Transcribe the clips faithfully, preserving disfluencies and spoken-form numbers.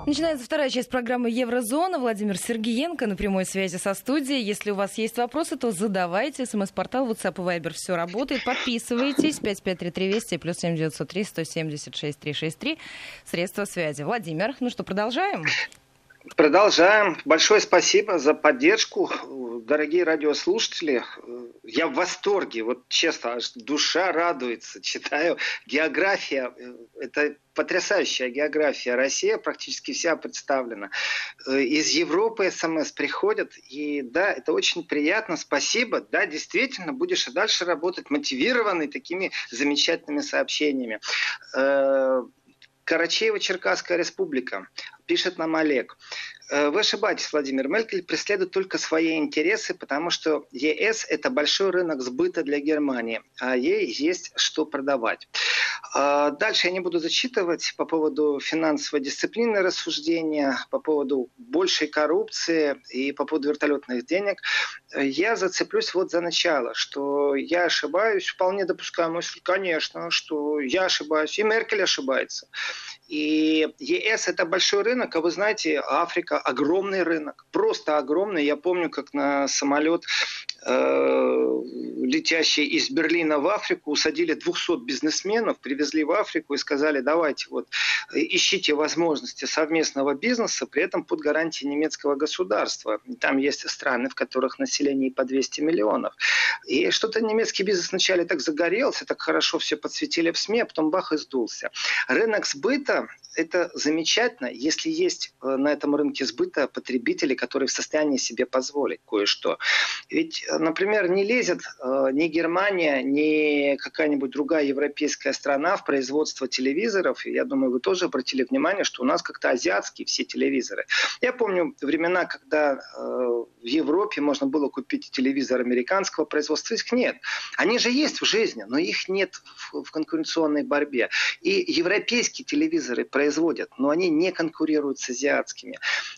Начинается вторая часть программы «Еврозона». Владимир Сергеенко на прямой связи со студией. Если у вас есть вопросы, то задавайте. СМС-портал, WhatsApp и Viber, все работает. Подписывайтесь. пять пять три три двести плюс семь девятьсот три сто семьдесят шесть триста шестьдесят три. Средства связи. Владимир, ну что, продолжаем? Продолжаем. Большое спасибо за поддержку, дорогие радиослушатели. Я в восторге, вот честно, аж душа радуется. Читаю география, это потрясающая география. Россия практически вся представлена. Из Европы СМС приходят, и да, это очень приятно, спасибо. Да, действительно, будешь и дальше работать мотивированный такими замечательными сообщениями. Карачаево-Черкасская республика. Пишет нам Олег. Вы ошибаетесь, Владимир. Меркель преследует только свои интересы, потому что ЕС – это большой рынок сбыта для Германии, а ей есть что продавать. Дальше я не буду зачитывать по поводу финансовой дисциплины рассуждения, по поводу большей коррупции и по поводу вертолетных денег. Я зацеплюсь вот за начало, что я ошибаюсь, вполне допускаю мысль, конечно, что я ошибаюсь, и Меркель ошибается. И ЕС – это большой рынок, а вы знаете, Африка – огромный рынок, просто огромный. Я помню, как на самолет, э, летящий из Берлина в Африку, усадили двухсот бизнесменов, привезли в Африку и сказали, давайте вот ищите возможности совместного бизнеса, при этом под гарантией немецкого государства. Там есть страны, в которых население по двести миллионов. И что-то немецкий бизнес вначале так загорелся, так хорошо все подсветили в СМИ, а потом бах и сдулся. Рынок сбыта – это замечательно, если есть на этом рынке сбыта потребители, которые в состоянии себе позволить кое-что. Ведь, например, не лезет ни Германия, ни какая-нибудь другая европейская страна в производство телевизоров. И я думаю, вы тоже обратили внимание, что у нас как-то азиатские все телевизоры. Я помню времена, когда в Европе можно было купить телевизор американского производства. Их нет. Они же есть в жизни, но их нет в конкуренционной борьбе. И европейские телевизоры производят, но они не конкурируют с азиатскими.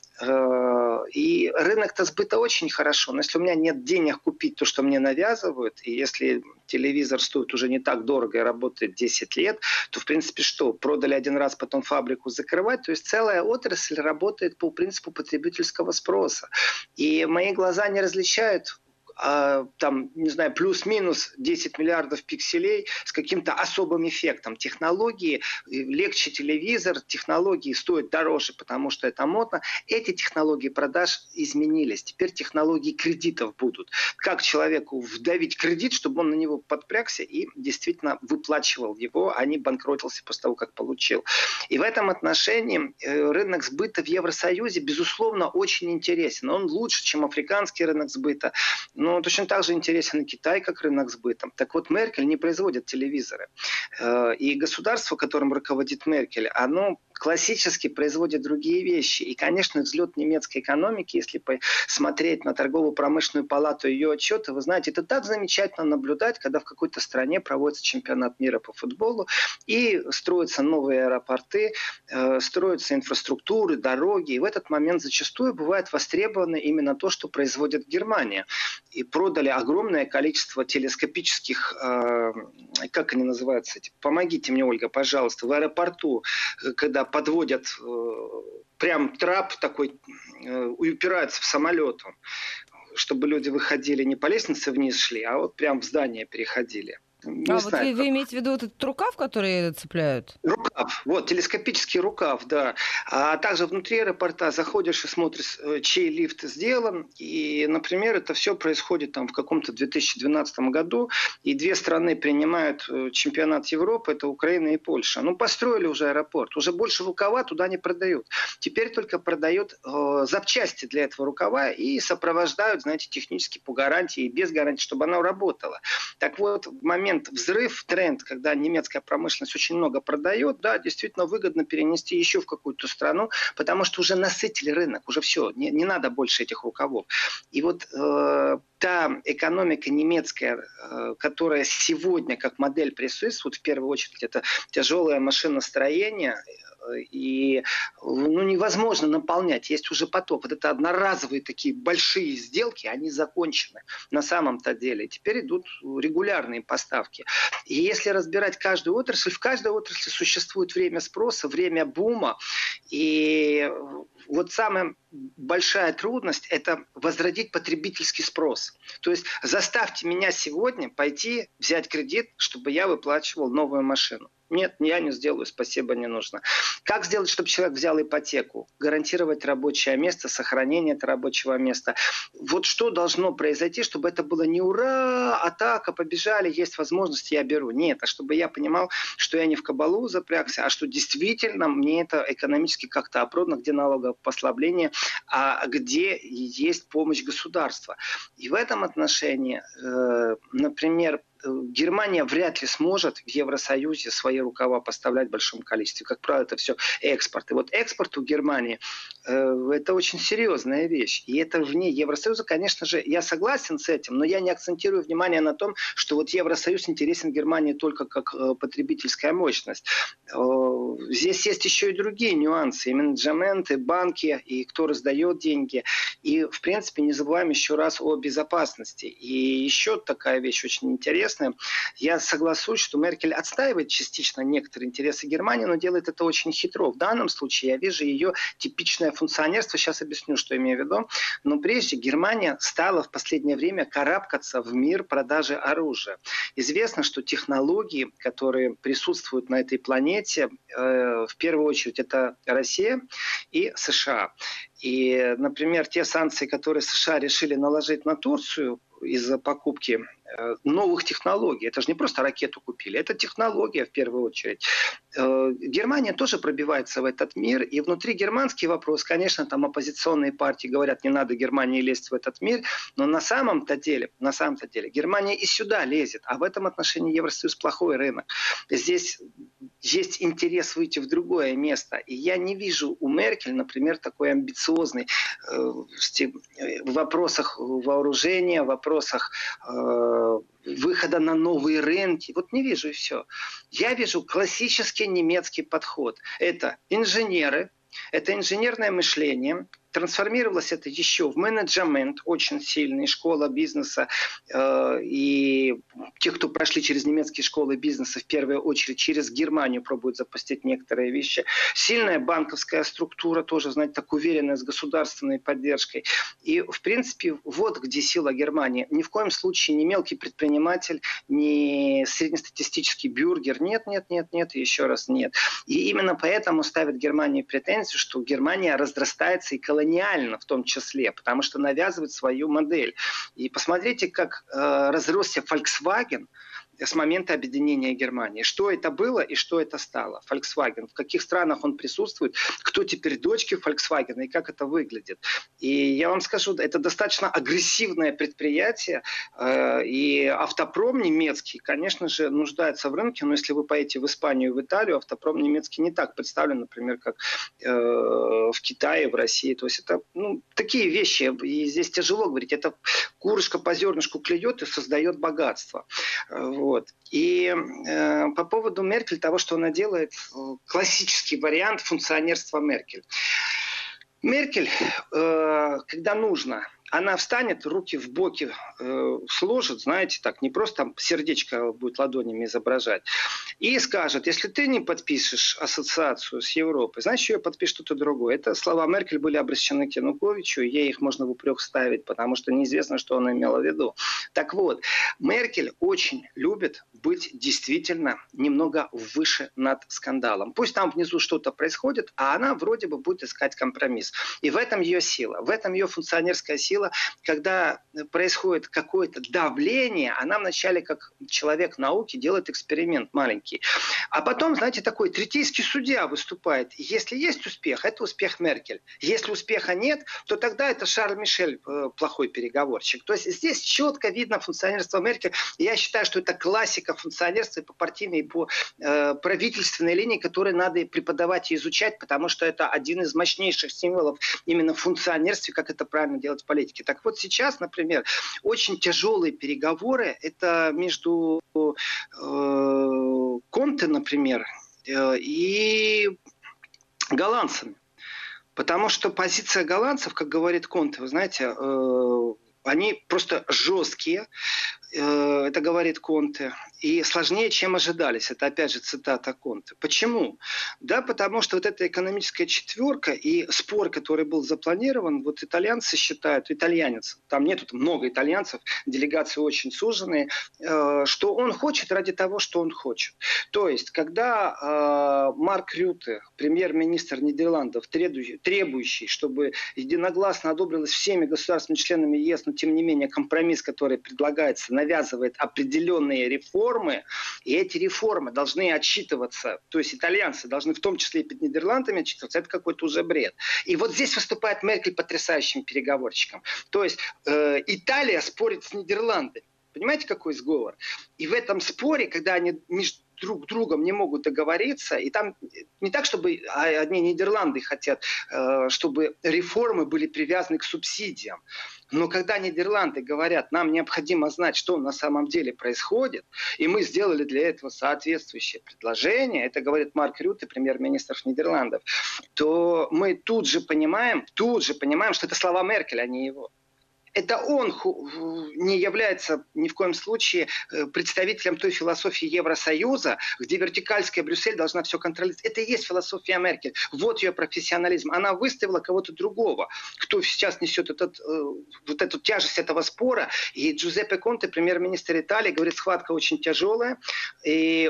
И рынок-то сбыта очень хорошо, но если у меня нет денег купить то, что мне навязывают, и если телевизор стоит уже не так дорого и работает десять лет, то в принципе что, продали один раз, потом фабрику закрывать, то есть целая отрасль работает по принципу потребительского спроса. И мои глаза не различают а, там, не знаю, плюс-минус десять миллиардов пикселей с каким-то особым эффектом. Технологии, легче телевизор, технологии стоят дороже, потому что это модно. Эти технологии продаж изменились. Теперь технологии кредитов будут. Как человеку вдавить кредит, чтобы он на него подпрягся и действительно выплачивал его, а не банкротился после того, как получил. И в этом отношении рынок сбыта в Евросоюзе, безусловно, очень интересен. Он лучше, чем африканский рынок сбыта. Но точно так же интересен и Китай как рынок сбыта. Так вот, Меркель не производит телевизоры. И государство, которым руководит Меркель, оно классически производит другие вещи. И, конечно, взлет немецкой экономики, если посмотреть на торгово-промышленную палату и ее отчеты, вы знаете, это так замечательно наблюдать, когда в какой-то стране проводится чемпионат мира по футболу, и строятся новые аэропорты, строятся инфраструктуры, дороги. И в этот момент зачастую бывает востребовано именно то, что производит Германия. И продали огромное количество телескопических, как они называются, помогите мне, Ольга, пожалуйста, в аэропорту, когда подводят прям трап такой, упирается в самолет, чтобы люди выходили не по лестнице вниз шли, а вот прям в здание переходили. Не а знаю, вот вы, вы имеете в виду этот рукав, который цепляют? Рукав, вот, телескопический рукав, да. А также внутри аэропорта заходишь и смотришь, чей лифт сделан. И, например, это все происходит там в каком-то две тысячи двенадцатом году. И две страны принимают чемпионат Европы, это Украина и Польша. Ну, построили уже аэропорт. Уже больше рукава туда не продают. Теперь только продают э, запчасти для этого рукава и сопровождают, знаете, технически по гарантии и без гарантии, чтобы оно работало. Так вот, в момент взрыв, тренд, когда немецкая промышленность очень много продает, да, действительно выгодно перенести еще в какую-то страну, потому что уже насытили рынок, уже все, не, не надо больше этих рукавов. И вот э, та экономика немецкая, э, которая сегодня как модель присутствует, в первую очередь, это тяжелое машиностроение, и ну, невозможно наполнять. Есть уже поток. Вот это одноразовые такие большие сделки, они закончены на самом-то деле. Теперь идут регулярные поставки. И если разбирать каждую отрасль, в каждой отрасли существует время спроса, время бума. И вот самая большая трудность – это возродить потребительский спрос. То есть заставьте меня сегодня пойти взять кредит, чтобы я выплачивал новую машину. Нет, я не сделаю, спасибо, не нужно. Как сделать, чтобы человек взял ипотеку? Гарантировать рабочее место, сохранение этого рабочего места. Вот что должно произойти, чтобы это было не ура, атака, побежали, есть возможность, я беру. Нет, а чтобы я понимал, что я не в кабалу запрягся, а что действительно мне это экономически как-то оправдано, где налоговое послабление, а где есть помощь государства. И в этом отношении, э, например, Германия вряд ли сможет в Евросоюзе свои рукава поставлять в большом количестве. Как правило, это все экспорт. И вот экспорт у Германии э, это очень серьезная вещь. И это вне Евросоюза, конечно же, я согласен с этим, но я не акцентирую внимание на том, что вот Евросоюз интересен Германии только как э, потребительская мощность. Э, здесь есть еще и другие нюансы. И менеджменты, банки, и кто раздает деньги. И, в принципе, не забываем еще раз о безопасности. И еще такая вещь очень интересная. Я соглашусь, что Меркель отстаивает частично некоторые интересы Германии, но делает это очень хитро. В данном случае я вижу ее типичное функционерство. Сейчас объясню, что имею в виду. Но прежде Германия стала в последнее время карабкаться в мир продажи оружия. Известно, что технологии, которые присутствуют на этой планете, э, в первую очередь это Россия и США. И, например, те санкции, которые США решили наложить на Турцию из-за покупки новых технологий. Это же не просто ракету купили, это технология в первую очередь. Германия тоже пробивается в этот мир, и внутри германский вопрос, конечно, там оппозиционные партии говорят, не надо Германии лезть в этот мир, но на самом-то деле, на самом-то деле Германия и сюда лезет, а в этом отношении Евросоюз плохой рынок. Здесь есть интерес выйти в другое место, и я не вижу у Меркель, например, такой амбициозный э, в вопросах вооружения, в вопросах э, выхода на новые рынки. Вот не вижу и все. Я вижу классический немецкий подход. Это инженеры, это инженерное мышление. Трансформировалось это еще в менеджмент, очень сильный, школа бизнеса. Э, и те, кто прошли через немецкие школы бизнеса, в первую очередь через Германию пробуют запустить некоторые вещи. Сильная банковская структура, тоже, знаете, так уверенная, с государственной поддержкой. И, в принципе, вот где сила Германии. Ни в коем случае не мелкий предприниматель, не среднестатистический бюргер. Нет, нет, нет, нет, и еще раз нет. И именно поэтому ставят Германии претензию, что Германия разрастается и колониальна, в том числе, потому что навязывает свою модель. И посмотрите, как э, разросся Volkswagen с момента объединения Германии. Что это было и что это стало? Volkswagen. В каких странах он присутствует? Кто теперь дочки Volkswagen и как это выглядит? И я вам скажу, это достаточно агрессивное предприятие. И автопром немецкий, конечно же, нуждается в рынке. Но если вы поедете в Испанию, в Италию, автопром немецкий не так представлен, например, как в Китае, в России. То есть это ну, такие вещи. И здесь тяжело говорить. Это курочка по зернышку клюет и создает богатство. Вот. И э, по поводу Меркель, того, что она делает, классический вариант функционерства Меркель. Меркель, э, когда нужно, она встанет, руки в боки э, сложит, знаете, так, не просто там сердечко будет ладонями изображать, и скажет, если ты не подпишешь ассоциацию с Европой, значит, ее подпишет кто-то другой. Это слова Меркель были обращены к Януковичу, и ей их можно в упрек ставить, потому что неизвестно, что она имела в виду. Так вот, Меркель очень любит быть действительно немного выше над скандалом. Пусть там внизу что-то происходит, а она вроде бы будет искать компромисс. И в этом ее сила, в этом ее функционерская сила, когда происходит какое-то давление, она вначале как человек науки делает эксперимент маленький. А потом, знаете, такой третейский судья выступает. Если есть успех, это успех Меркель. Если успеха нет, то тогда это Шарль Мишель э, плохой переговорщик. То есть здесь четко видно функционерство Меркель. Я считаю, что это классика функционерства и по партийной, и по э, правительственной линии, которые надо преподавать и изучать, потому что это один из мощнейших символов именно в функционерстве, как это правильно делать в политике. Так вот сейчас, например, очень тяжелые переговоры, это между э, Конте, например, э, и голландцами. Потому что позиция голландцев, как говорит Конте, вы знаете, э, они просто жесткие, э, это говорит Конте, и сложнее, чем ожидались. Это опять же цитата Конте. Почему? Да, потому что вот эта экономическая четверка и спор, который был запланирован, вот итальянцы считают, итальянец, там нету там много итальянцев, делегации очень суженные, э, что он хочет ради того, что он хочет. То есть, когда э, Марк Рютте, премьер-министр Нидерландов, требующий, требующий, чтобы единогласно одобрилось всеми государственными членами ЕС, но тем не менее компромисс, который предлагается, навязывает определенные реформы, и эти реформы должны отчитываться, то есть итальянцы должны в том числе и перед Нидерландами отчитываться, это какой-то уже бред. И вот здесь выступает Меркель потрясающим переговорщиком. То есть э, Италия спорит с Нидерландами. Понимаете, какой сговор? И в этом споре, когда они между друг другом не могут договориться, и там не так, чтобы одни Нидерланды хотят, чтобы реформы были привязаны к субсидиям, но когда Нидерланды говорят, нам необходимо знать, что на самом деле происходит, и мы сделали для этого соответствующее предложение, это говорит Марк Рютте, премьер-министр Нидерландов, то мы тут же понимаем, тут же понимаем, что это слова Меркель, а не его. Это он не является ни в коем случае представителем той философии Евросоюза, где вертикальская Брюссель должна все контролировать. Это и есть философия Меркель. Вот ее профессионализм. Она выставила кого-то другого, кто сейчас несет этот, вот эту тяжесть этого спора. И Джузеппе Конте, премьер-министр Италии, говорит, схватка очень тяжелая. И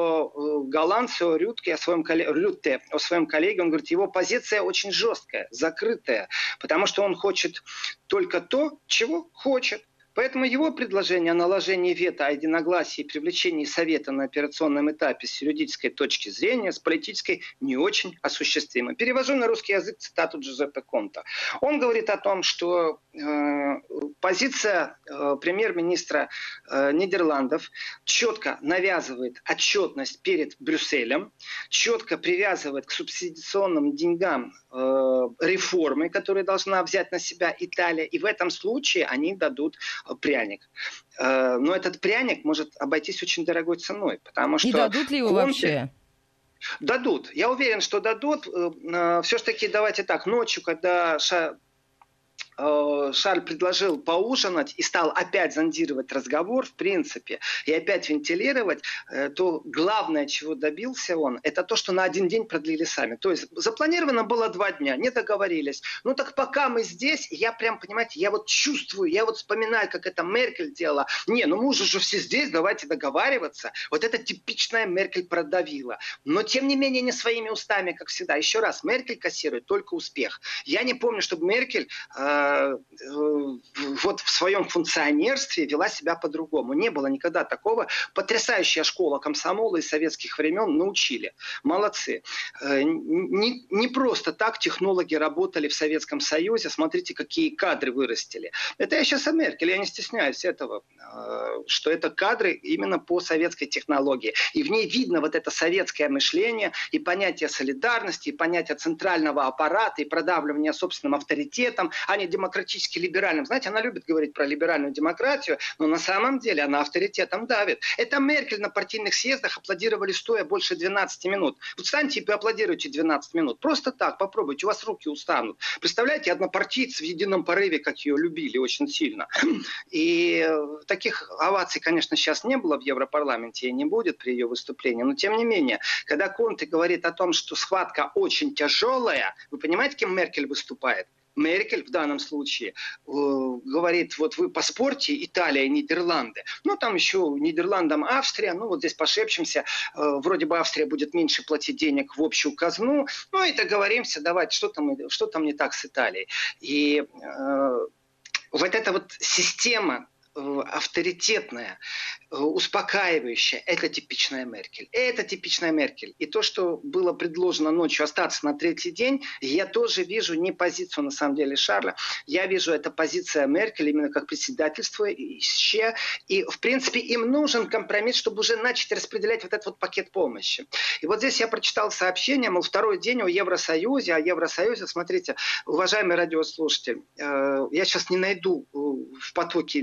о голландце, о Рютте, о своем коллеге, Рютте, о своем коллеге, он говорит, его позиция очень жесткая, закрытая, потому что он хочет только то, чего хочет. Поэтому его предложение о наложении вето, о единогласии и привлечении Совета на операционном этапе с юридической точки зрения, с политической, не очень осуществимо. Перевожу на русский язык цитату Джузеппе Конте. Он говорит о том, что э, позиция э, премьер-министра э, Нидерландов четко навязывает отчетность перед Брюсселем, четко привязывает к субсидиционным деньгам э, реформы, которые должна взять на себя Италия. И в этом случае они дадут пряник. Но этот пряник может обойтись очень дорогой ценой, потому что... И дадут ли его Конте... вообще? Дадут. Я уверен, что дадут. Все-таки давайте так, ночью, когда Шарль предложил поужинать и стал опять зондировать разговор, в принципе, и опять вентилировать, то главное, чего добился он, это то, что на один день продлили сами. То есть запланировано было два дня, не договорились. Ну так пока мы здесь, я прям, понимаете, я вот чувствую, я вот вспоминаю, как это Меркель делала. Не, ну мы уже же все здесь, давайте договариваться. Вот это типичная Меркель продавила. Но тем не менее не своими устами, как всегда. Еще раз, Меркель кассирует только успех. Я не помню, чтобы Меркель... вот в своем функционерстве вела себя по-другому. Не было никогда такого. Потрясающая школа комсомола из советских времен научили. Молодцы. Не, не просто так технологи работали в Советском Союзе. Смотрите, какие кадры вырастили. Это я сейчас о Меркель, я не стесняюсь этого, что это кадры именно по советской технологии. И в ней видно вот это советское мышление и понятие солидарности, и понятие центрального аппарата, и продавливания собственным авторитетом, а не демократически либеральным. Знаете, она любит говорить про либеральную демократию, но на самом деле она авторитетом давит. Это Меркель на партийных съездах аплодировали стоя больше двенадцати минут. Вот встаньте и поаплодируйте двенадцать минут. Просто так, попробуйте, у вас руки устанут. Представляете, однопартийцы в едином порыве, как ее любили очень сильно. И таких оваций, конечно, сейчас не было в Европарламенте и не будет при ее выступлении, но тем не менее, когда Конте говорит о том, что схватка очень тяжелая, вы понимаете, кем Меркель выступает? Меркель в данном случае э, говорит, вот вы поспорьте, Италия и Нидерланды. Ну, там еще Нидерландам Австрия, ну, вот здесь пошепчемся, э, вроде бы Австрия будет меньше платить денег в общую казну, ну, и договоримся, давайте, что там, что там не так с Италией. И э, вот эта вот система авторитетная, успокаивающая, это типичная Меркель. Это типичная Меркель. И то, что было предложено ночью остаться на третий день, я тоже вижу не позицию, на самом деле, Шарля. Я вижу, это позиция Меркель именно как председательствующая. И, в принципе, им нужен компромисс, чтобы уже начать распределять вот этот вот пакет помощи. И вот здесь я прочитал сообщение, мол, второй день о Евросоюзе, о Евросоюзе. Смотрите, уважаемый радиослушатель, я сейчас не найду в потоке ленты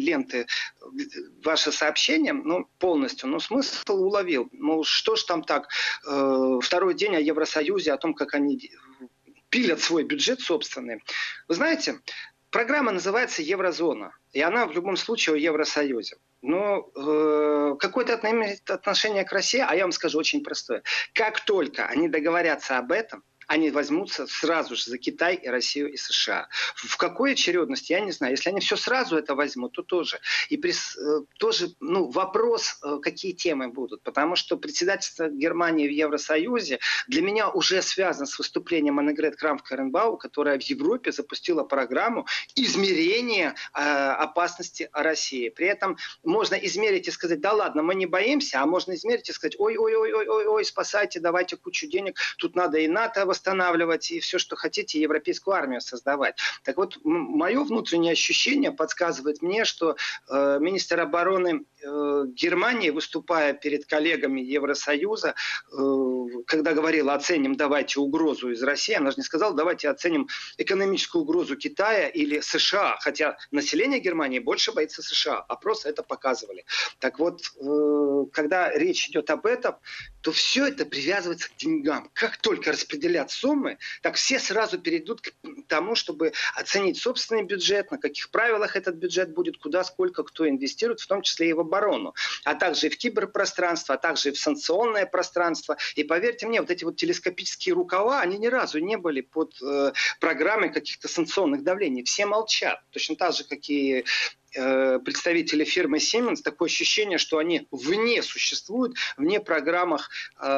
ваше сообщение, ну, полностью, но смысл уловил. Ну, что ж там так, э, второй день о Евросоюзе, о том, как они пилят свой бюджет собственный. Вы знаете, программа называется «Еврозона», и она в любом случае о Евросоюзе. Но э, какое-то отношение к России, а я вам скажу очень простое. Как только они договорятся об этом, они возьмутся сразу же за Китай, и Россию, и США. В какой очередности, я не знаю. Если они все сразу это возьмут, то тоже. И при, тоже ну, вопрос, какие темы будут. Потому что председательство Германии в Евросоюзе для меня уже связано с выступлением Аннегрет Крамф-Карренбау, которая в Европе запустила программу измерения э, опасности России. При этом можно измерить и сказать, да ладно, мы не боимся, а можно измерить и сказать, ой-ой-ой-ой-ой, спасайте, давайте кучу денег, тут надо и НАТО восстанавливать, и все, что хотите, европейскую армию создавать. Так вот, мое внутреннее ощущение подсказывает мне, что э, министр обороны э, Германии, выступая перед коллегами Евросоюза, э, когда говорила, оценим, давайте угрозу из России, она же не сказала, давайте оценим экономическую угрозу Китая или США, хотя население Германии больше боится США, опросы это показывали. Так вот, э, когда речь идет об этом, то все это привязывается к деньгам. Как только распределят суммы, так все сразу перейдут к тому, чтобы оценить собственный бюджет, на каких правилах этот бюджет будет, куда, сколько, кто инвестирует, в том числе и в оборону, а также и в киберпространство, а также и в санкционное пространство. И поверьте мне, вот эти вот телескопические рукава, они ни разу не были под э, программой каких-то санкционных давлений. Все молчат. Точно так же, как и представители фирмы Siemens, такое ощущение, что они вне существуют, вне программах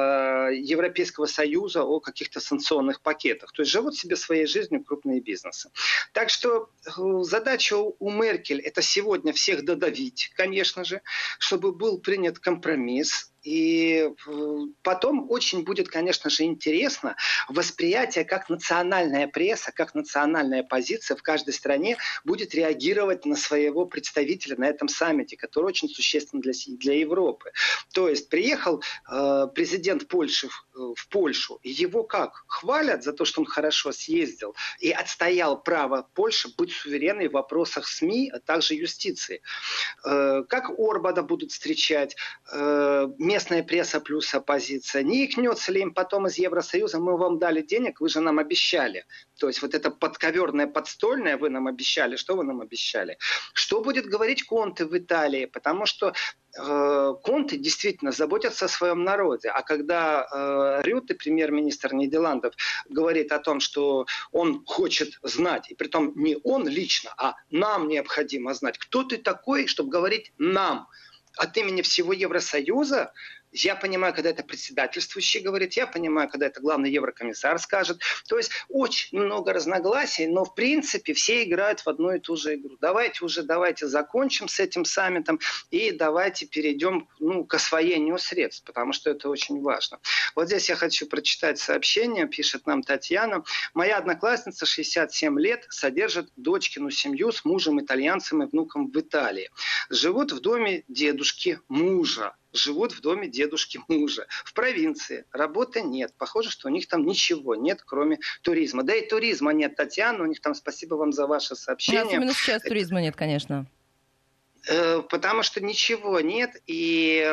э, Европейского Союза о каких-то санкционных пакетах. То есть живут себе своей жизнью крупные бизнесы. Так что э, задача у Меркель это сегодня всех додавить, конечно же, чтобы был принят компромисс. И потом очень будет, конечно же, интересно восприятие, как национальная пресса, как национальная позиция в каждой стране будет реагировать на своего представителя на этом саммите, который очень существен для, для Европы. То есть приехал э, президент Польши в, в Польшу, и его как? Хвалят за то, что он хорошо съездил и отстоял право Польши быть суверенной в вопросах СМИ, а также юстиции. Э, как Орбана будут встречать? Э, местная пресса плюс оппозиция. Не икнется ли им потом из Евросоюза, мы вам дали денег, вы же нам обещали. То есть вот это подковерное, подстольное вы нам обещали. Что вы нам обещали? Что будет говорить Конте в Италии? Потому что э, Конте действительно заботится о своем народе. А когда э, Рютте, премьер-министр Нидерландов, говорит о том, что он хочет знать, и притом не он лично, а нам необходимо знать, кто ты такой, чтобы говорить нам от имени всего Евросоюза. Я понимаю, когда это председательствующий говорит, я понимаю, когда это главный еврокомиссар скажет. То есть очень много разногласий, но в принципе все играют в одну и ту же игру. Давайте уже, давайте закончим с этим саммитом и давайте перейдем ну, к освоению средств, потому что это очень важно. Вот здесь я хочу прочитать сообщение, пишет нам Татьяна. Моя одноклассница, шестьдесят семь лет, содержит дочкину семью с мужем итальянцем и внуком в Италии. Живут в доме дедушки мужа. Живут в доме дедушки мужа. В провинции. Работы нет. Похоже, что у них там ничего нет, кроме туризма. Да и туризма нет, Татьяна. У них там, спасибо вам за ваше сообщение. У нас именно сейчас туризма нет, конечно. Потому что ничего нет. И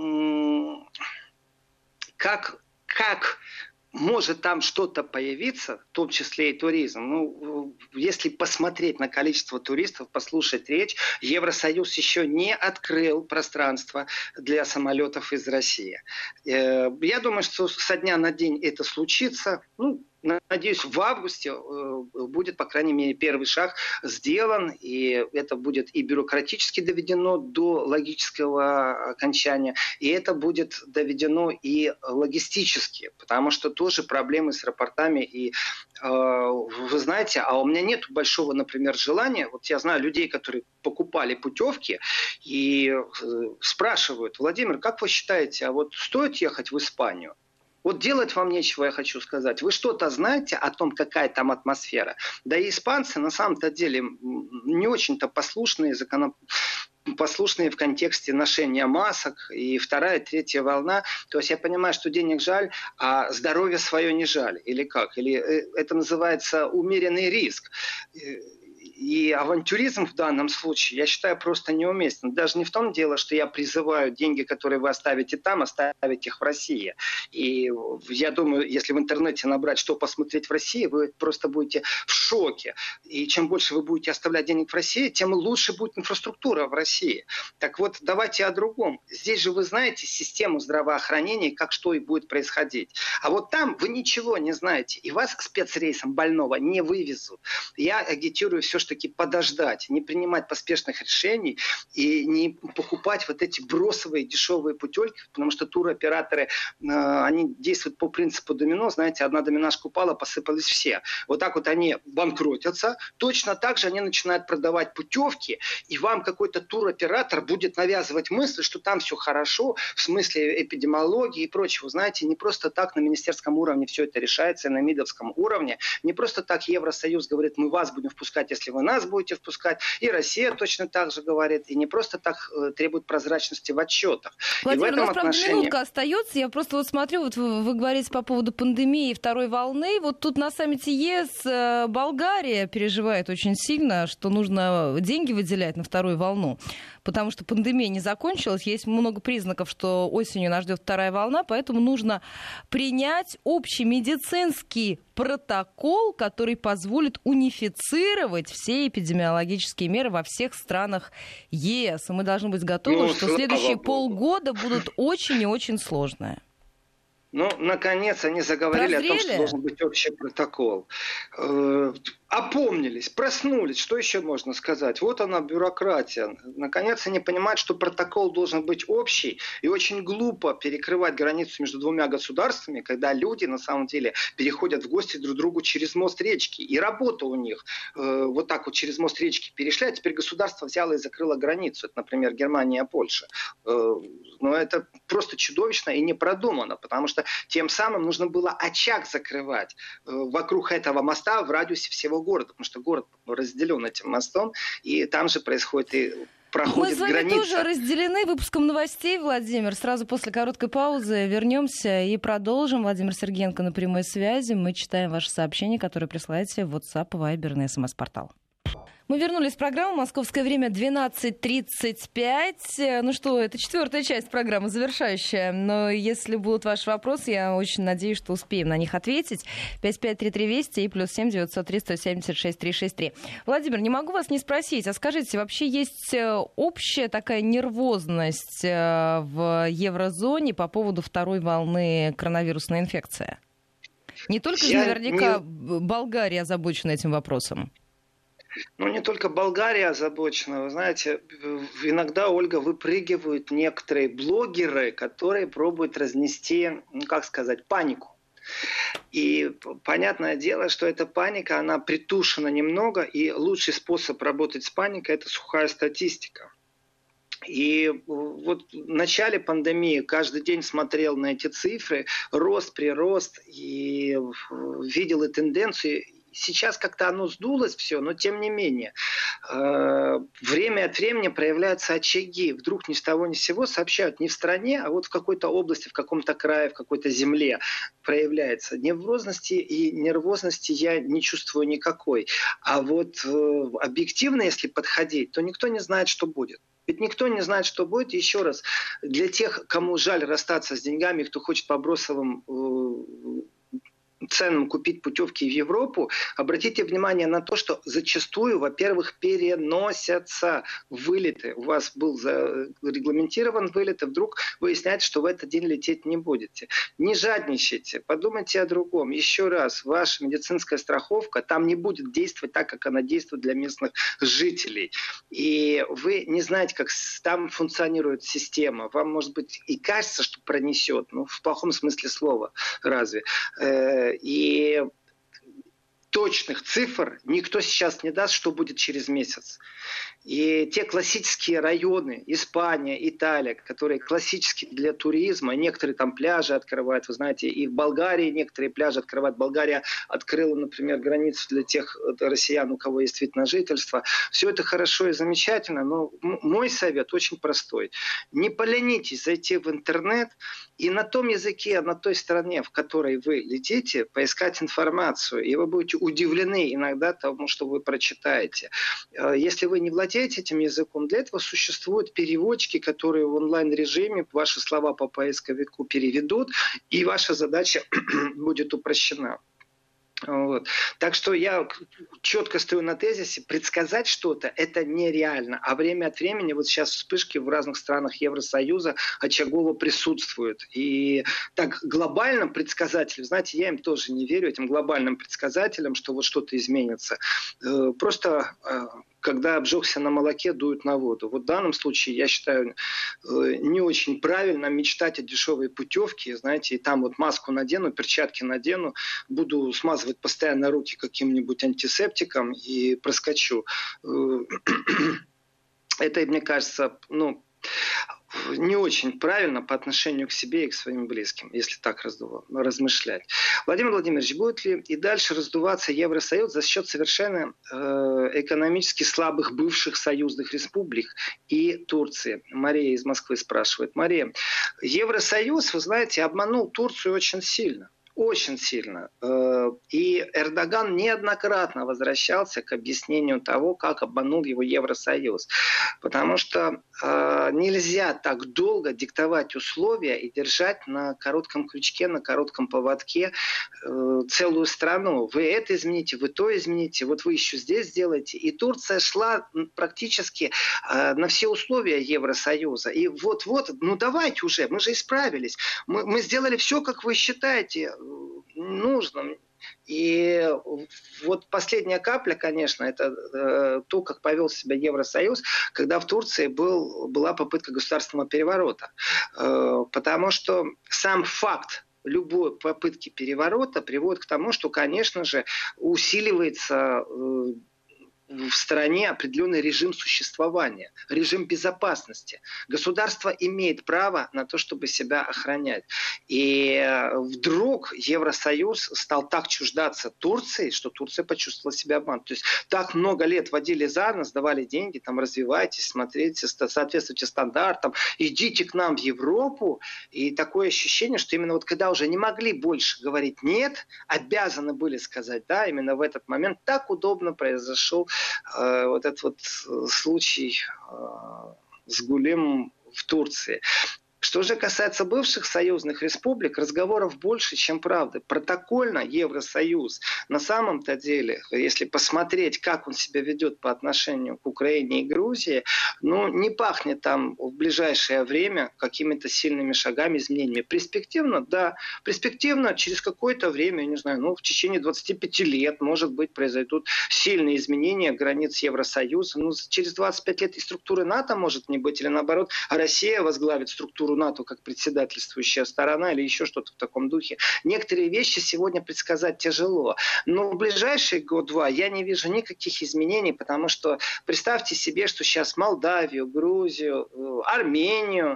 как... как может там что-то появиться, в том числе и туризм. Ну, если посмотреть на количество туристов, послушать речь, Евросоюз еще не открыл пространство для самолетов из России. Я думаю, что со дня на день это случится. Ну, надеюсь, в августе будет, по крайней мере, первый шаг сделан, и это будет и бюрократически доведено до логического окончания, и это будет доведено и логистически, потому что тоже проблемы с аэропортами. И вы знаете, а у меня нет большого, например, желания, вот я знаю людей, которые покупали путевки и спрашивают: Владимир, как вы считаете, а вот стоит ехать в Испанию? Вот делать вам нечего, я хочу сказать. Вы что-то знаете о том, какая там атмосфера? Да и испанцы на самом-то деле не очень-то послушные, законо... послушные в контексте ношения масок. И вторая, третья волна. То есть я понимаю, что денег жаль, а здоровье свое не жаль. Или как? Или это называется умеренный риск. и авантюризм в данном случае, я считаю, просто неуместен. Даже не в том дело, что я призываю деньги, которые вы оставите там, оставить их в России. И я думаю, если в интернете набрать, что посмотреть в России, вы просто будете в шоке. И чем больше вы будете оставлять денег в России, тем лучше будет инфраструктура в России. Так вот, давайте о другом. Здесь же вы знаете систему здравоохранения, как что и будет происходить. А вот там вы ничего не знаете. И вас к спецрейсам больного не вывезут. Я агитирую все-таки подождать, не принимать поспешных решений и не покупать вот эти бросовые дешевые путевки, потому что туроператоры, они действуют по принципу домино. Знаете, одна доминашка упала, посыпались все. Вот так вот они банкротятся. Точно так же они начинают продавать путевки, и вам какой-то туроператор будет навязывать мысль, что там все хорошо, в смысле эпидемиологии и прочего. Знаете, не просто так на министерском уровне все это решается, и на МИДовском уровне. Не просто так Евросоюз говорит, мы вас будем впускать, если вы нас будете впускать. И Россия точно так же говорит. И не просто так э, требует прозрачности в отчетах. Владимир, и в этом у нас, отношении... правда, минутка остается. Я просто вот смотрю, вот вы, вы говорите по поводу пандемии и второй волны. Вот тут на саммите ЕС э, Болгария переживает очень сильно, что нужно деньги выделять на вторую волну. Потому что пандемия не закончилась. Есть много признаков, что осенью нас ждет вторая волна. Поэтому нужно принять общий медицинский протокол, который позволит унифицировать все эпидемиологические меры во всех странах ЕС. И мы должны быть готовы, ну, что следующие Богу. полгода будут очень и очень сложные. Ну, наконец, они заговорили Прозрели? о том, что должен быть общий протокол. Э, опомнились, проснулись. Что еще можно сказать? Вот она, бюрократия. Наконец, они понимают, что протокол должен быть общий. И очень глупо перекрывать границу между двумя государствами, когда люди, на самом деле, переходят в гости друг к другу через мост речки. И работа у них э, вот так вот через мост речки перешла, а теперь государство взяло и закрыло границу. Это, например, Германия, Польша. Э, но это просто чудовищно и не продумано, потому что тем самым нужно было очаг закрывать э, вокруг этого моста в радиусе всего города, потому что город разделен этим мостом, и там же происходит и проходит граница. Мы с вами граница. тоже разделены выпуском новостей, Владимир. Сразу после короткой паузы вернемся и продолжим. Владимир Сергеенко на прямой связи. Мы читаем ваши сообщения, которые присылаете в WhatsApp, Viber, на СМС-портал. Мы вернулись в программу. Московское время двенадцать тридцать пять. Ну что, это четвертая часть программы, завершающая. Но если будут ваши вопросы, я очень надеюсь, что успеем на них ответить. пять пять три три Вести и плюс семь девятьсот три сто семьдесят шесть триста шестьдесят три. Владимир, не могу вас не спросить, а скажите, вообще есть общая такая нервозность в еврозоне по поводу второй волны коронавирусной инфекции? Не только же наверняка не... Болгария озабочена этим вопросом. Ну, не только Болгария озабочена. Вы знаете, иногда, Ольга, выпрыгивают некоторые блогеры, которые пробуют разнести, ну, как сказать, панику. И понятное дело, что эта паника, она притушена немного, и лучший способ работать с паникой – это сухая статистика. И вот в начале пандемии каждый день смотрел на эти цифры, рост, прирост, и видел и тенденции. Сейчас как-то оно сдулось все, но тем не менее. Э, время от времени проявляются очаги. Вдруг ни с того ни с сего сообщают не в стране, а вот в какой-то области, в каком-то крае, в какой-то земле проявляется. Нервозности и нервозности я не чувствую никакой. А вот э, объективно, если подходить, то никто не знает, что будет. Ведь никто не знает, что будет. Еще раз, для тех, кому жаль расстаться с деньгами, кто хочет по бросовым э, ценам купить путевки в Европу, обратите внимание на то, что зачастую, во-первых, переносятся вылеты. У вас был регламентирован вылет, и вдруг выясняется, что в этот день лететь не будете. Не жадничайте, подумайте о другом. Еще раз, ваша медицинская страховка там не будет действовать так, как она действует для местных жителей. И вы не знаете, как там функционирует система. Вам, может быть, и кажется, что пронесет, ну, в плохом смысле слова, разве? И точных цифр никто сейчас не даст, что будет через месяц. И те классические районы, Испания, Италия, которые классические для туризма, некоторые там пляжи открывают, вы знаете, и в Болгарии некоторые пляжи открывают. Болгария открыла, например, границу для тех россиян, у кого есть вид на жительство. Все это хорошо и замечательно, но мой совет очень простой. Не поленитесь зайти в интернет и на том языке, на той стране, в которой вы летите, поискать информацию, и вы будете удивлены иногда тому, что вы прочитаете. Если вы не владеете этим языком, для этого существуют переводчики, которые в онлайн-режиме ваши слова по поисковику переведут, и ваша задача будет упрощена. Вот. Так что я четко стою на тезисе, предсказать что-то это нереально. А время от времени, вот сейчас вспышки в разных странах Евросоюза очагово присутствуют. И так глобальным предсказателям, знаете, я им тоже не верю, этим глобальным предсказателям, что вот что-то изменится. Просто когда обжегся на молоке, дуют на воду. Вот в данном случае, я считаю, не очень правильно мечтать о дешевой путевке, знаете, и там вот маску надену, перчатки надену, буду смазывать постоянно руки каким-нибудь антисептиком и проскочу. Это, мне кажется, ну, не очень правильно по отношению к себе и к своим близким, если так размышлять. Владимир Владимирович, будет ли и дальше раздуваться Евросоюз за счет совершенно э, экономически слабых бывших союзных республик и Турции? Мария из Москвы спрашивает. Мария, Евросоюз, вы знаете, обманул Турцию очень сильно. Очень сильно. И Эрдоган неоднократно возвращался к объяснению того, как обманул его Евросоюз. Потому что э, нельзя так долго диктовать условия и держать на коротком крючке, на коротком поводке э, целую страну. Вы это измените, вы то измените, вот вы еще здесь сделаете. И Турция шла практически э, на все условия Евросоюза. И вот-вот, ну давайте уже, мы же исправились. Мы, мы сделали все, как вы считаете нужным. И вот последняя капля, конечно, это э, то, как повел себя Евросоюз, когда в Турции был, была попытка государственного переворота. Э, потому что сам факт любой попытки переворота приводит к тому, что, конечно же, усиливается э, в стране определенный режим существования, режим безопасности. Государство имеет право на то, чтобы себя охранять. И вдруг Евросоюз стал так чуждаться Турции, что Турция почувствовала себя обманутой. То есть так много лет водили за нос, давали деньги, там развивайтесь, смотрите, соответствуйте стандартам, идите к нам в Европу. И такое ощущение, что именно вот когда уже не могли больше говорить «нет», обязаны были сказать «да», именно в этот момент так удобно произошел э, вот этот вот случай э, с Гулем в Турции. Что же касается бывших союзных республик, разговоров больше, чем правды. Протокольно Евросоюз на самом-то деле, если посмотреть, как он себя ведет по отношению к Украине и Грузии, ну, не пахнет там в ближайшее время какими-то сильными шагами, изменениями. Перспективно, да. Перспективно через какое-то время, я не знаю, ну, в течение двадцати пяти лет, может быть, произойдут сильные изменения границ Евросоюза. Ну, через двадцать пять лет и структуры НАТО может не быть, или наоборот, Россия возглавит структуру НАТО как председательствующая сторона или еще что-то в таком духе. Некоторые вещи сегодня предсказать тяжело. Но в ближайший год-два я не вижу никаких изменений, потому что представьте себе, что сейчас Молдавию, Грузию, Армению,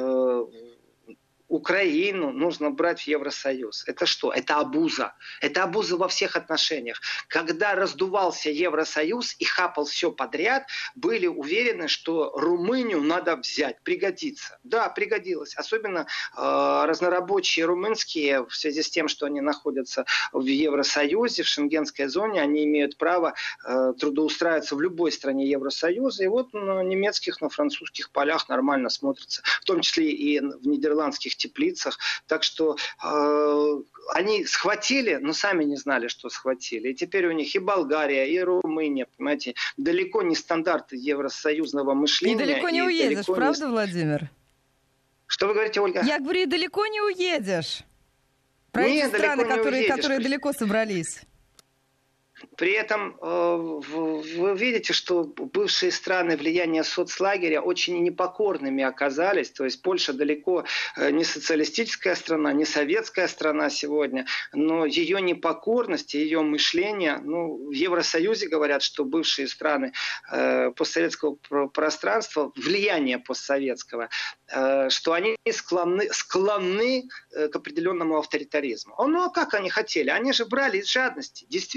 Украину нужно брать в Евросоюз. Это что? Это обуза. Это обуза во всех отношениях. Когда раздувался Евросоюз и хапал все подряд, были уверены, что Румынию надо взять. Пригодится. Да, пригодилось. Особенно э, разнорабочие румынские, в связи с тем, что они находятся в Евросоюзе, в шенгенской зоне, они имеют право э, трудоустраиваться в любой стране Евросоюза. И вот на немецких, на французских полях нормально смотрятся. В том числе и в нидерландских теплицах. Так что э, они схватили, но сами не знали, что схватили. И теперь у них и Болгария, и Румыния, понимаете, далеко не стандарты евросоюзного мышления. И далеко не и уедешь, правда, не... Владимир? Что вы говорите, Ольга? Я говорю, и далеко не уедешь. Про эти страны, которые, которые далеко собрались. При этом э, вы видите, что бывшие страны влияния соцлагеря очень непокорными оказались. То есть Польша далеко не социалистическая страна, не советская страна сегодня, но ее непокорность, ее мышление, ну, в Евросоюзе говорят, что бывшие страны э, постсоветского пространства, влияния постсоветского, э, что они склонны, склонны к определенному авторитаризму. Ну а как они хотели? Они же брали из жадности, действительно из жадности.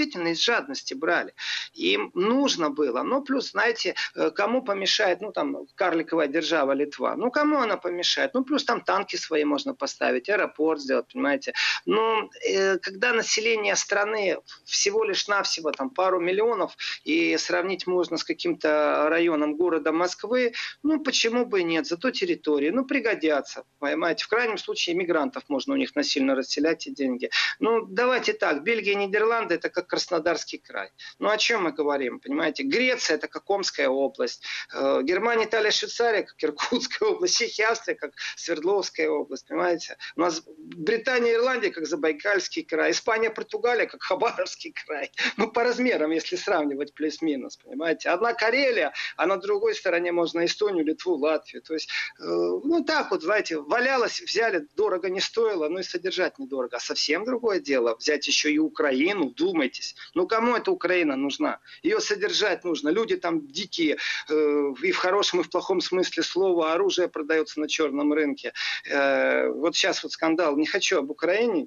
жадности брали. Им нужно было. Ну, плюс, знаете, кому помешает, ну, там, карликовая держава Литва. Ну, кому она помешает? Ну, плюс там танки свои можно поставить, аэропорт сделать, понимаете. Но э, когда население страны всего лишь навсего там пару миллионов, и сравнить можно с каким-то районом города Москвы, ну, почему бы и нет? Зато территории, ну, пригодятся, понимаете. В крайнем случае, иммигрантов можно у них насильно расселять и деньги. Ну, давайте так, Бельгия и Нидерланды – это как Краснодарский край. Ну, о чем мы говорим, понимаете? Греция – это как Омская область. Германия, Италия, Швейцария – как Иркутская область. Чехия, Австрия – как Свердловская область, понимаете? У нас Британия, Ирландия – как Забайкальский край. Испания, Португалия – как Хабаровский край. Ну, по размерам, если сравнивать плюс-минус, понимаете? Одна Карелия, а на другой стороне можно Эстонию, Литву, Латвию. То есть, э, ну, так вот, знаете, валялось, взяли, дорого не стоило, но и содержать недорого. А совсем другое дело, взять еще и Украину, вдумайтесь. Ну, кому эта Украина нужна? Ее содержать нужно. Люди там дикие, э, и в хорошем, и в плохом смысле слова. Оружие продается на черном рынке. Э, вот сейчас вот скандал. Не хочу об Украине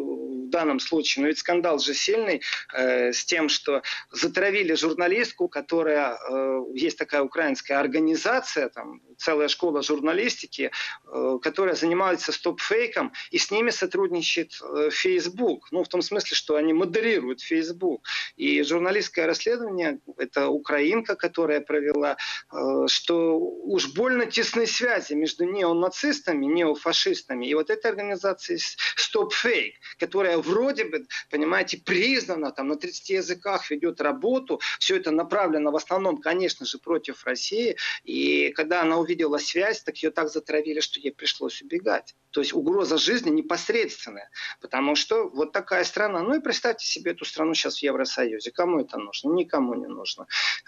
в данном случае, но ведь скандал же сильный э, с тем, что затравили журналистку, которая, э, есть такая украинская организация, там, целая школа журналистики, э, которая занимается стоп-фейком, и с ними сотрудничает э, Facebook. Ну, в том смысле, что они модерируют Facebook. И журналистское расследование, это украинка, которая провела, э, что уж больно тесные связи между неонацистами, неофашистами, и вот этой организацией стоп-фейк, которая вроде бы, понимаете, признана, там на тридцати языках ведет работу. Все это направлено в основном, конечно же, против России. И когда она увидела связь, так ее так затравили, что ей пришлось убегать. То есть угроза жизни непосредственная. Потому что вот такая страна. Ну и представьте себе эту страну сейчас в Евросоюзе. Кому это нужно? Никому не нужно.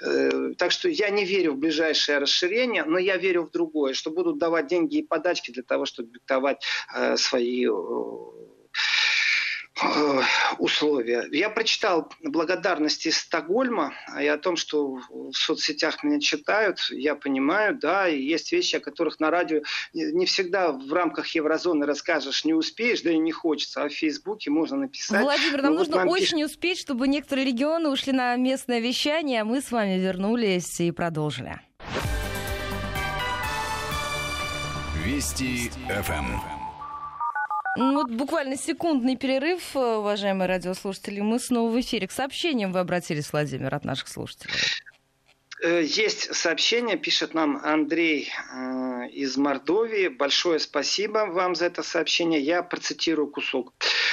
Так что я не верю в ближайшее расширение, но я верю в другое, что будут давать деньги и подачки для того, чтобы диктовать свои условия. Я прочитал благодарности из Стокгольма и о том, что в соцсетях меня читают. Я понимаю, да, и есть вещи, о которых на радио не всегда в рамках еврозоны расскажешь, не успеешь, да и не хочется. А в Фейсбуке можно написать. Владимир, нам ну, нужно вот нам очень пишут... успеть, чтобы некоторые регионы ушли на местное вещание, а мы с вами вернулись и продолжили. Вести эф эм. Ну, вот буквально секундный перерыв, уважаемые радиослушатели. Мы снова в эфире. К сообщениям вы обратились, Владимир, от наших слушателей. Есть сообщение, пишет нам Андрей э, из Мордовии. Большое спасибо вам за это сообщение. Я процитирую кусок.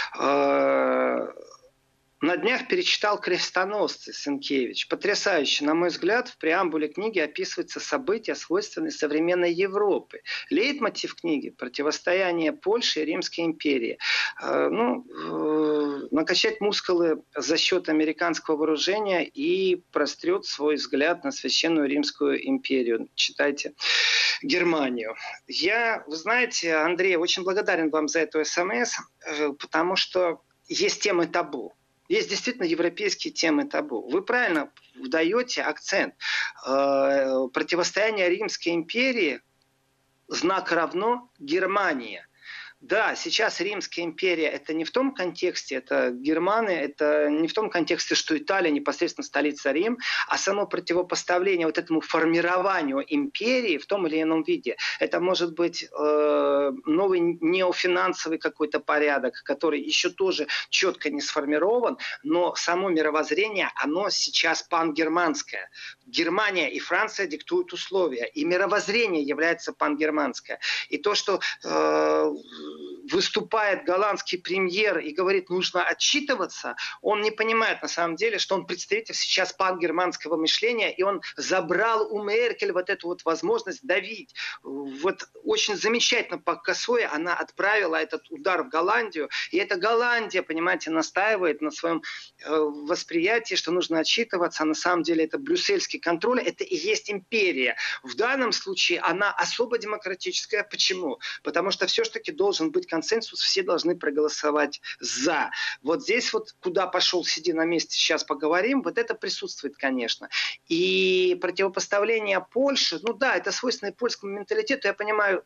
Э, На днях перечитал «Крестоносцы» Сенкевич. Потрясающе. На мой взгляд, в преамбуле книги описываются события, свойственные современной Европы. Лейтмотив книги – противостояние Польши и Римской империи. Э, ну, э, накачать мускулы за счет американского вооружения и прострет свой взгляд на Священную Римскую империю. Читайте Германию. Я, вы знаете, Андрей, очень благодарен вам за эту смс, э, потому что есть темы табу. Есть действительно европейские темы табу. Вы правильно даете акцент. Э, противостояние Римской империи, знак равно Германия. Да, сейчас Римская империя – это не в том контексте, это германы, это не в том контексте, что Италия непосредственно столица Рим, а само противопоставление вот этому формированию империи в том или ином виде. Это может быть э, новый неофинансовый какой-то порядок, который еще тоже четко не сформирован, но само мировоззрение, оно сейчас пангерманское. Германия и Франция диктуют условия, и мировоззрение является пангерманское. И то, что э, выступает голландский премьер и говорит, нужно отчитываться, он не понимает на самом деле, что он представитель сейчас пангерманского мышления, и он забрал у Меркель вот эту вот возможность давить. Вот очень замечательно по косой она отправила этот удар в Голландию, и эта Голландия, понимаете, настаивает на своем э, восприятии, что нужно отчитываться, а на самом деле это брюссельский контроль, это и есть империя. В данном случае она особо демократическая. Почему? Потому что все-таки должен быть консенсус, все должны проголосовать за. Вот здесь вот, куда пошел, сиди на месте, сейчас поговорим, вот это присутствует, конечно. И противопоставление Польши, ну да, это свойственно и польскому менталитету, я понимаю,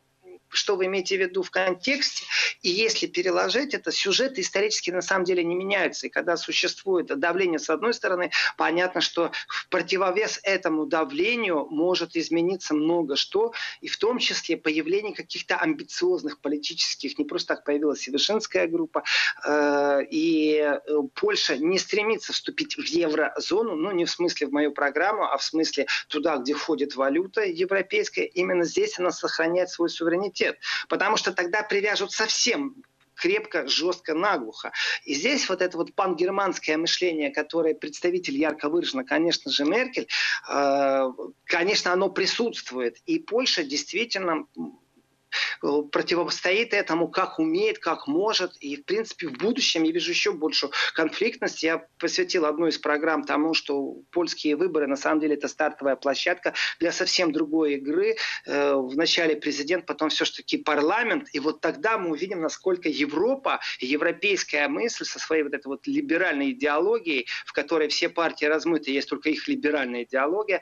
что вы имеете в виду в контексте, и если переложить это, сюжеты исторически на самом деле не меняются. И когда существует давление с одной стороны, понятно, что в противовес этому давлению может измениться много что, и в том числе появление каких-то амбициозных политических, не просто так появилась и Вышинская группа, э, и Польша не стремится вступить в еврозону, ну не в смысле в мою программу, а в смысле туда, где входит валюта европейская, именно здесь она сохраняет свой суверенитет, потому что тогда привяжут совсем крепко, жестко, наглухо. И здесь вот это вот пангерманское мышление, которое представитель ярко выражено, конечно же, Меркель, э, конечно, оно присутствует. И Польша действительно противостоит этому как умеет, как может. И, в принципе, в будущем я вижу еще большую конфликтность. Я посвятил одну из программ тому, что польские выборы, на самом деле, это стартовая площадка для совсем другой игры. Вначале президент, потом все-таки парламент. И вот тогда мы увидим, насколько Европа, европейская мысль со своей вот этой вот либеральной идеологией, в которой все партии размыты, есть только их либеральная идеология,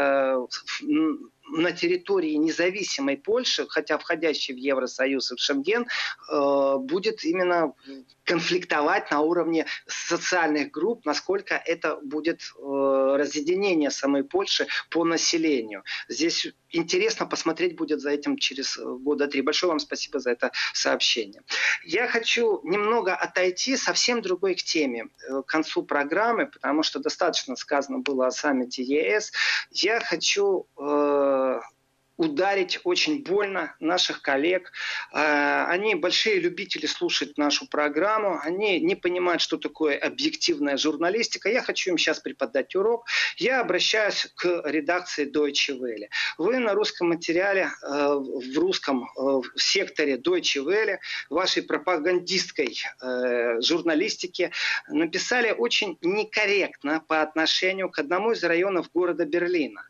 на территории независимой Польши, хотя входящей в Евросоюз и в Шенген, э, будет именно конфликтовать на уровне социальных групп, насколько это будет э, разъединение самой Польши по населению. Здесь интересно посмотреть будет за этим через года три. Большое вам спасибо за это сообщение. Я хочу немного отойти совсем другой к теме, к концу программы, потому что достаточно сказано было о саммите ЕС. Я хочу э, ударить очень больно наших коллег. Они большие любители слушать нашу программу. Они не понимают, что такое объективная журналистика. Я хочу им сейчас преподать урок. Я обращаюсь к редакции Deutsche Welle. Вы на русском материале, в русском секторе Deutsche Welle, вашей пропагандистской журналистике, написали очень некорректно по отношению к одному из районов города Берлина.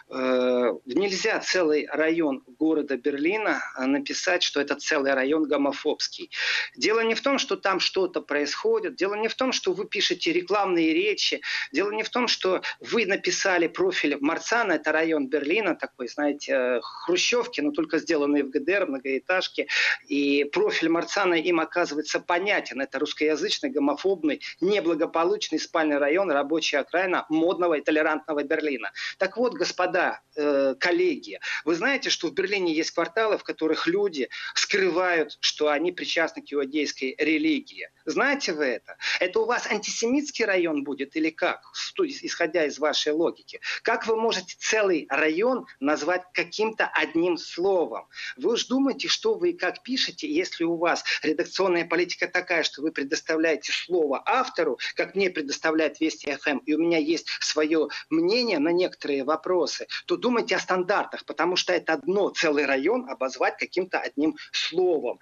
Нельзя целый район города Берлина написать, что это целый район гомофобский. Дело не в том, что там что-то происходит, дело не в том, что вы пишете рекламные речи, дело не в том, что вы написали профиль Марцана, это район Берлина, такой, знаете, хрущевки, но только сделанные в ГДР, многоэтажки, и профиль Марцана им оказывается понятен. Это русскоязычный, гомофобный, неблагополучный спальный район, рабочая окраина модного и толерантного Берлина. Так вот, господа, э, коллеги, вы знаете, что в Берлине есть кварталы, в которых люди скрывают, что они причастны к иудейской религии. Знаете вы это? Это у вас антисемитский район будет или как? Исходя из вашей логики. Как вы можете целый район назвать каким-то одним словом? Вы уж думаете, что вы и как пишете, если у вас редакционная политика такая, что вы предоставляете слово автору, как мне предоставляет Вести эф эм, и у меня есть свое мнение на некоторые вопросы, то думайте о стандартах, потому что это одно целый район обозвать каким-то одним словом.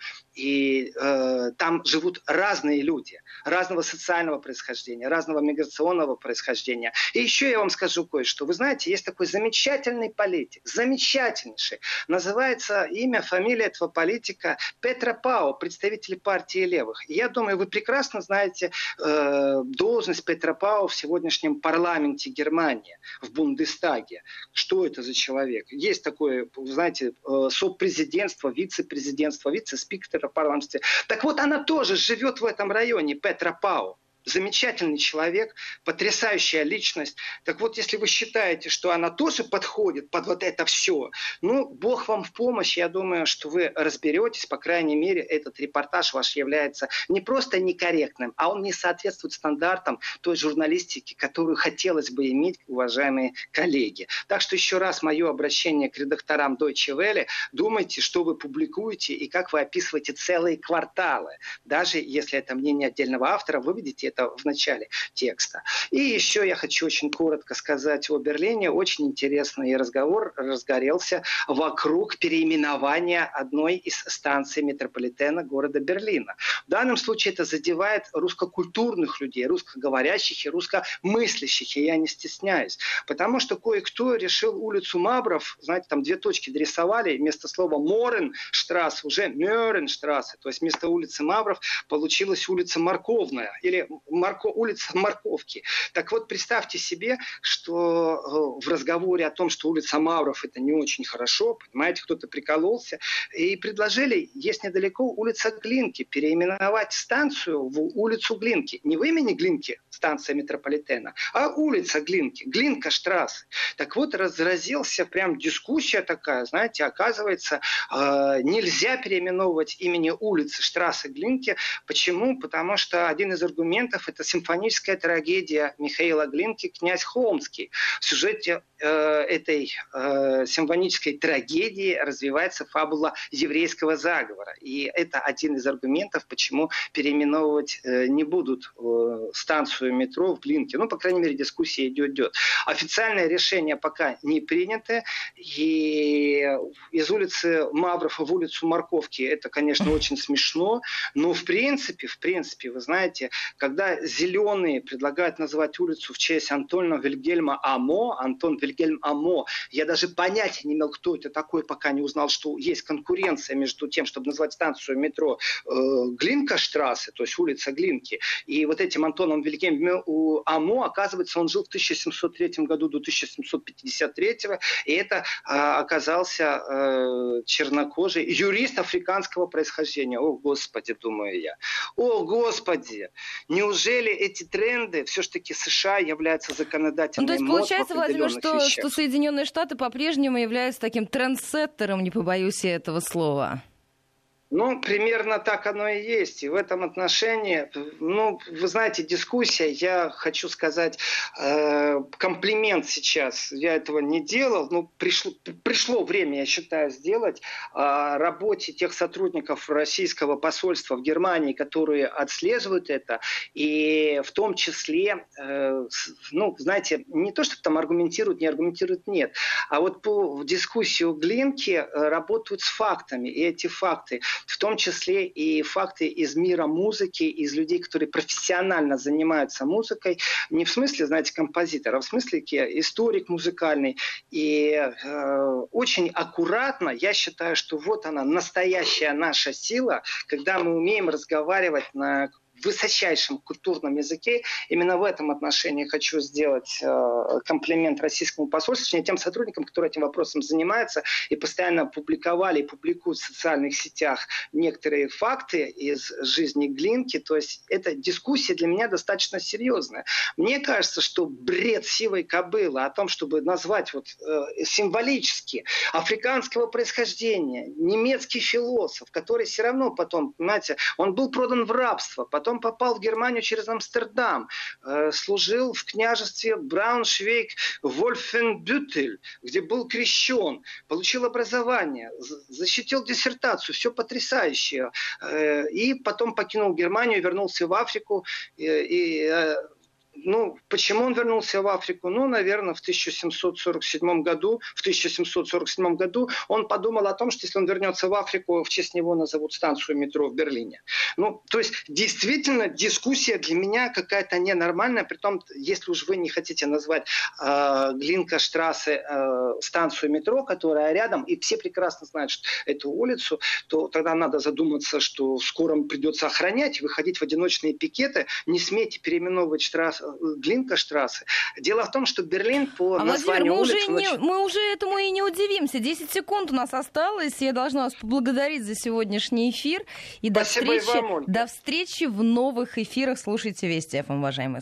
И э, там живут разные люди, разного социального происхождения, разного миграционного происхождения. И еще я вам скажу кое-что. Вы знаете, есть такой замечательный политик, замечательнейший. Называется имя, фамилия этого политика Петра Пау, представитель партии левых. И я думаю, вы прекрасно знаете э, должность Петра Пау в сегодняшнем парламенте Германии, в Бундестаге. Что это за человек? Есть такое, знаете, сопрезидентство, вице-президентство, вице-спикера парламента. Так вот, она тоже живет в этом районе, Петра Пау. Замечательный человек, потрясающая личность. Так вот, если вы считаете, что она тоже подходит под вот это все, ну, Бог вам в помощь. Я думаю, что вы разберетесь. По крайней мере, этот репортаж ваш является не просто некорректным, а он не соответствует стандартам той журналистики, которую хотелось бы иметь, уважаемые коллеги. Так что еще раз мое обращение к редакторам Deutsche Welle. Думайте, что вы публикуете и как вы описываете целые кварталы. Даже если это мнение отдельного автора, вы видите это в начале текста. И еще я хочу очень коротко сказать о Берлине. Очень интересный разговор разгорелся вокруг переименования одной из станций метрополитена города Берлина. В данном случае это задевает русскокультурных людей, русскоговорящих и русскомыслящих, и я не стесняюсь. Потому что кое-кто решил улицу Мавров, знаете, там две точки дорисовали, вместо слова Моренштрассе уже Мёренштрассе, то есть вместо улицы Мавров получилась улица Морковная, или Марко, улица Морковки. Так вот, представьте себе, что в разговоре о том, что улица Мавров это не очень хорошо, понимаете, кто-то прикололся, и предложили, есть недалеко улица Глинки, переименовать станцию в улицу Глинки. Не в имени Глинки, станция метрополитена, а улица Глинки, Глинка-штрассе. Так вот, разразился прям дискуссия такая, знаете, оказывается, нельзя переименовывать имени улицы Штрассе Глинки. Почему? Потому что один из аргументов – это симфоническая трагедия Михаила Глинки «Князь Холмский». В сюжете э, этой э, симфонической трагедии развивается фабула еврейского заговора. И это один из аргументов, почему переименовывать э, не будут э, станцию метро в Глинке. Ну, по крайней мере, дискуссия идет. идет. Официальное решение пока не принято. И из улицы Мавров в улицу Морковки это, конечно, очень смешно. Но в принципе, в принципе, вы знаете, когда зеленые предлагают назвать улицу в честь Антона Вильгельма Амо, Антон Вильгельм Амо, я даже понятия не имел, кто это такой, пока не узнал, что есть конкуренция между тем, чтобы назвать станцию метро э, Глинка-штрассе, то есть улица Глинки, и вот этим Антоном Вильгельмом Амо, оказывается, он жил в тысяча семьсот третьем году до тысяча семьсот пятьдесят третьего, и это э, оказался э, чернокожий юрист африканского происхождения. О, Господи, думаю я. О, Господи! Неужели эти тренды, все-таки США являются законодательной модой? Ну, то есть получается, Владимир, что, что Соединенные Штаты по-прежнему являются таким трендсеттером, не побоюсь я этого слова. Ну, примерно так оно и есть. И в этом отношении, ну, вы знаете, дискуссия, я хочу сказать, э, комплимент сейчас. Я этого не делал, но пришло, пришло время, я считаю, сделать о работе тех сотрудников российского посольства в Германии, которые отслеживают это. И в том числе, э, ну, знаете, не то, что там аргументируют, не аргументируют, нет. А вот по дискуссии у Глинки работают с фактами. И эти факты, в том числе и факты из мира музыки, из людей, которые профессионально занимаются музыкой, не в смысле, знаете, композитор, а в смысле историк музыкальный. И э, очень аккуратно, я считаю, что вот она, настоящая наша сила, когда мы умеем разговаривать на высочайшем культурном языке. Именно в этом отношении хочу сделать э, комплимент российскому посольству, точнее, тем сотрудникам, которые этим вопросом занимаются и постоянно публиковали и публикуют в социальных сетях некоторые факты из жизни Глинки. То есть эта дискуссия для меня достаточно серьезная. Мне кажется, что бред сивой кобылы о том, чтобы назвать вот, э, символически африканского происхождения немецкий философ, который все равно потом, понимаете, он был продан в рабство, потом попал в Германию через Амстердам, э, служил в княжестве Брауншвейг-Вольфенбютель, где был крещен, получил образование, защитил диссертацию, все потрясающе. Э, и потом покинул Германию, вернулся в Африку и, и э, Ну, почему он вернулся в Африку? Ну, наверное, в тысяча семьсот сорок седьмом году, в тысяча семьсот сорок седьмом году он подумал о том, что если он вернется в Африку, в честь него назовут станцию метро в Берлине. Ну, то есть, действительно, дискуссия для меня какая-то ненормальная, притом, если уж вы не хотите назвать э, Глинка-штрассе э, станцию метро, которая рядом, и все прекрасно знают что эту улицу, то тогда надо задуматься, что скоро придется охранять, выходить в одиночные пикеты, не смейте переименовывать штрассе, Глинка-штрассе. Дело в том, что Берлин по а, названию Владимир, мы улицы... Уже не, мы уже этому и не удивимся. десять секунд у нас осталось. Я должна вас поблагодарить за сегодняшний эфир. И до встречи, вам, до встречи в новых эфирах. Слушайте Вести эф эм, уважаемые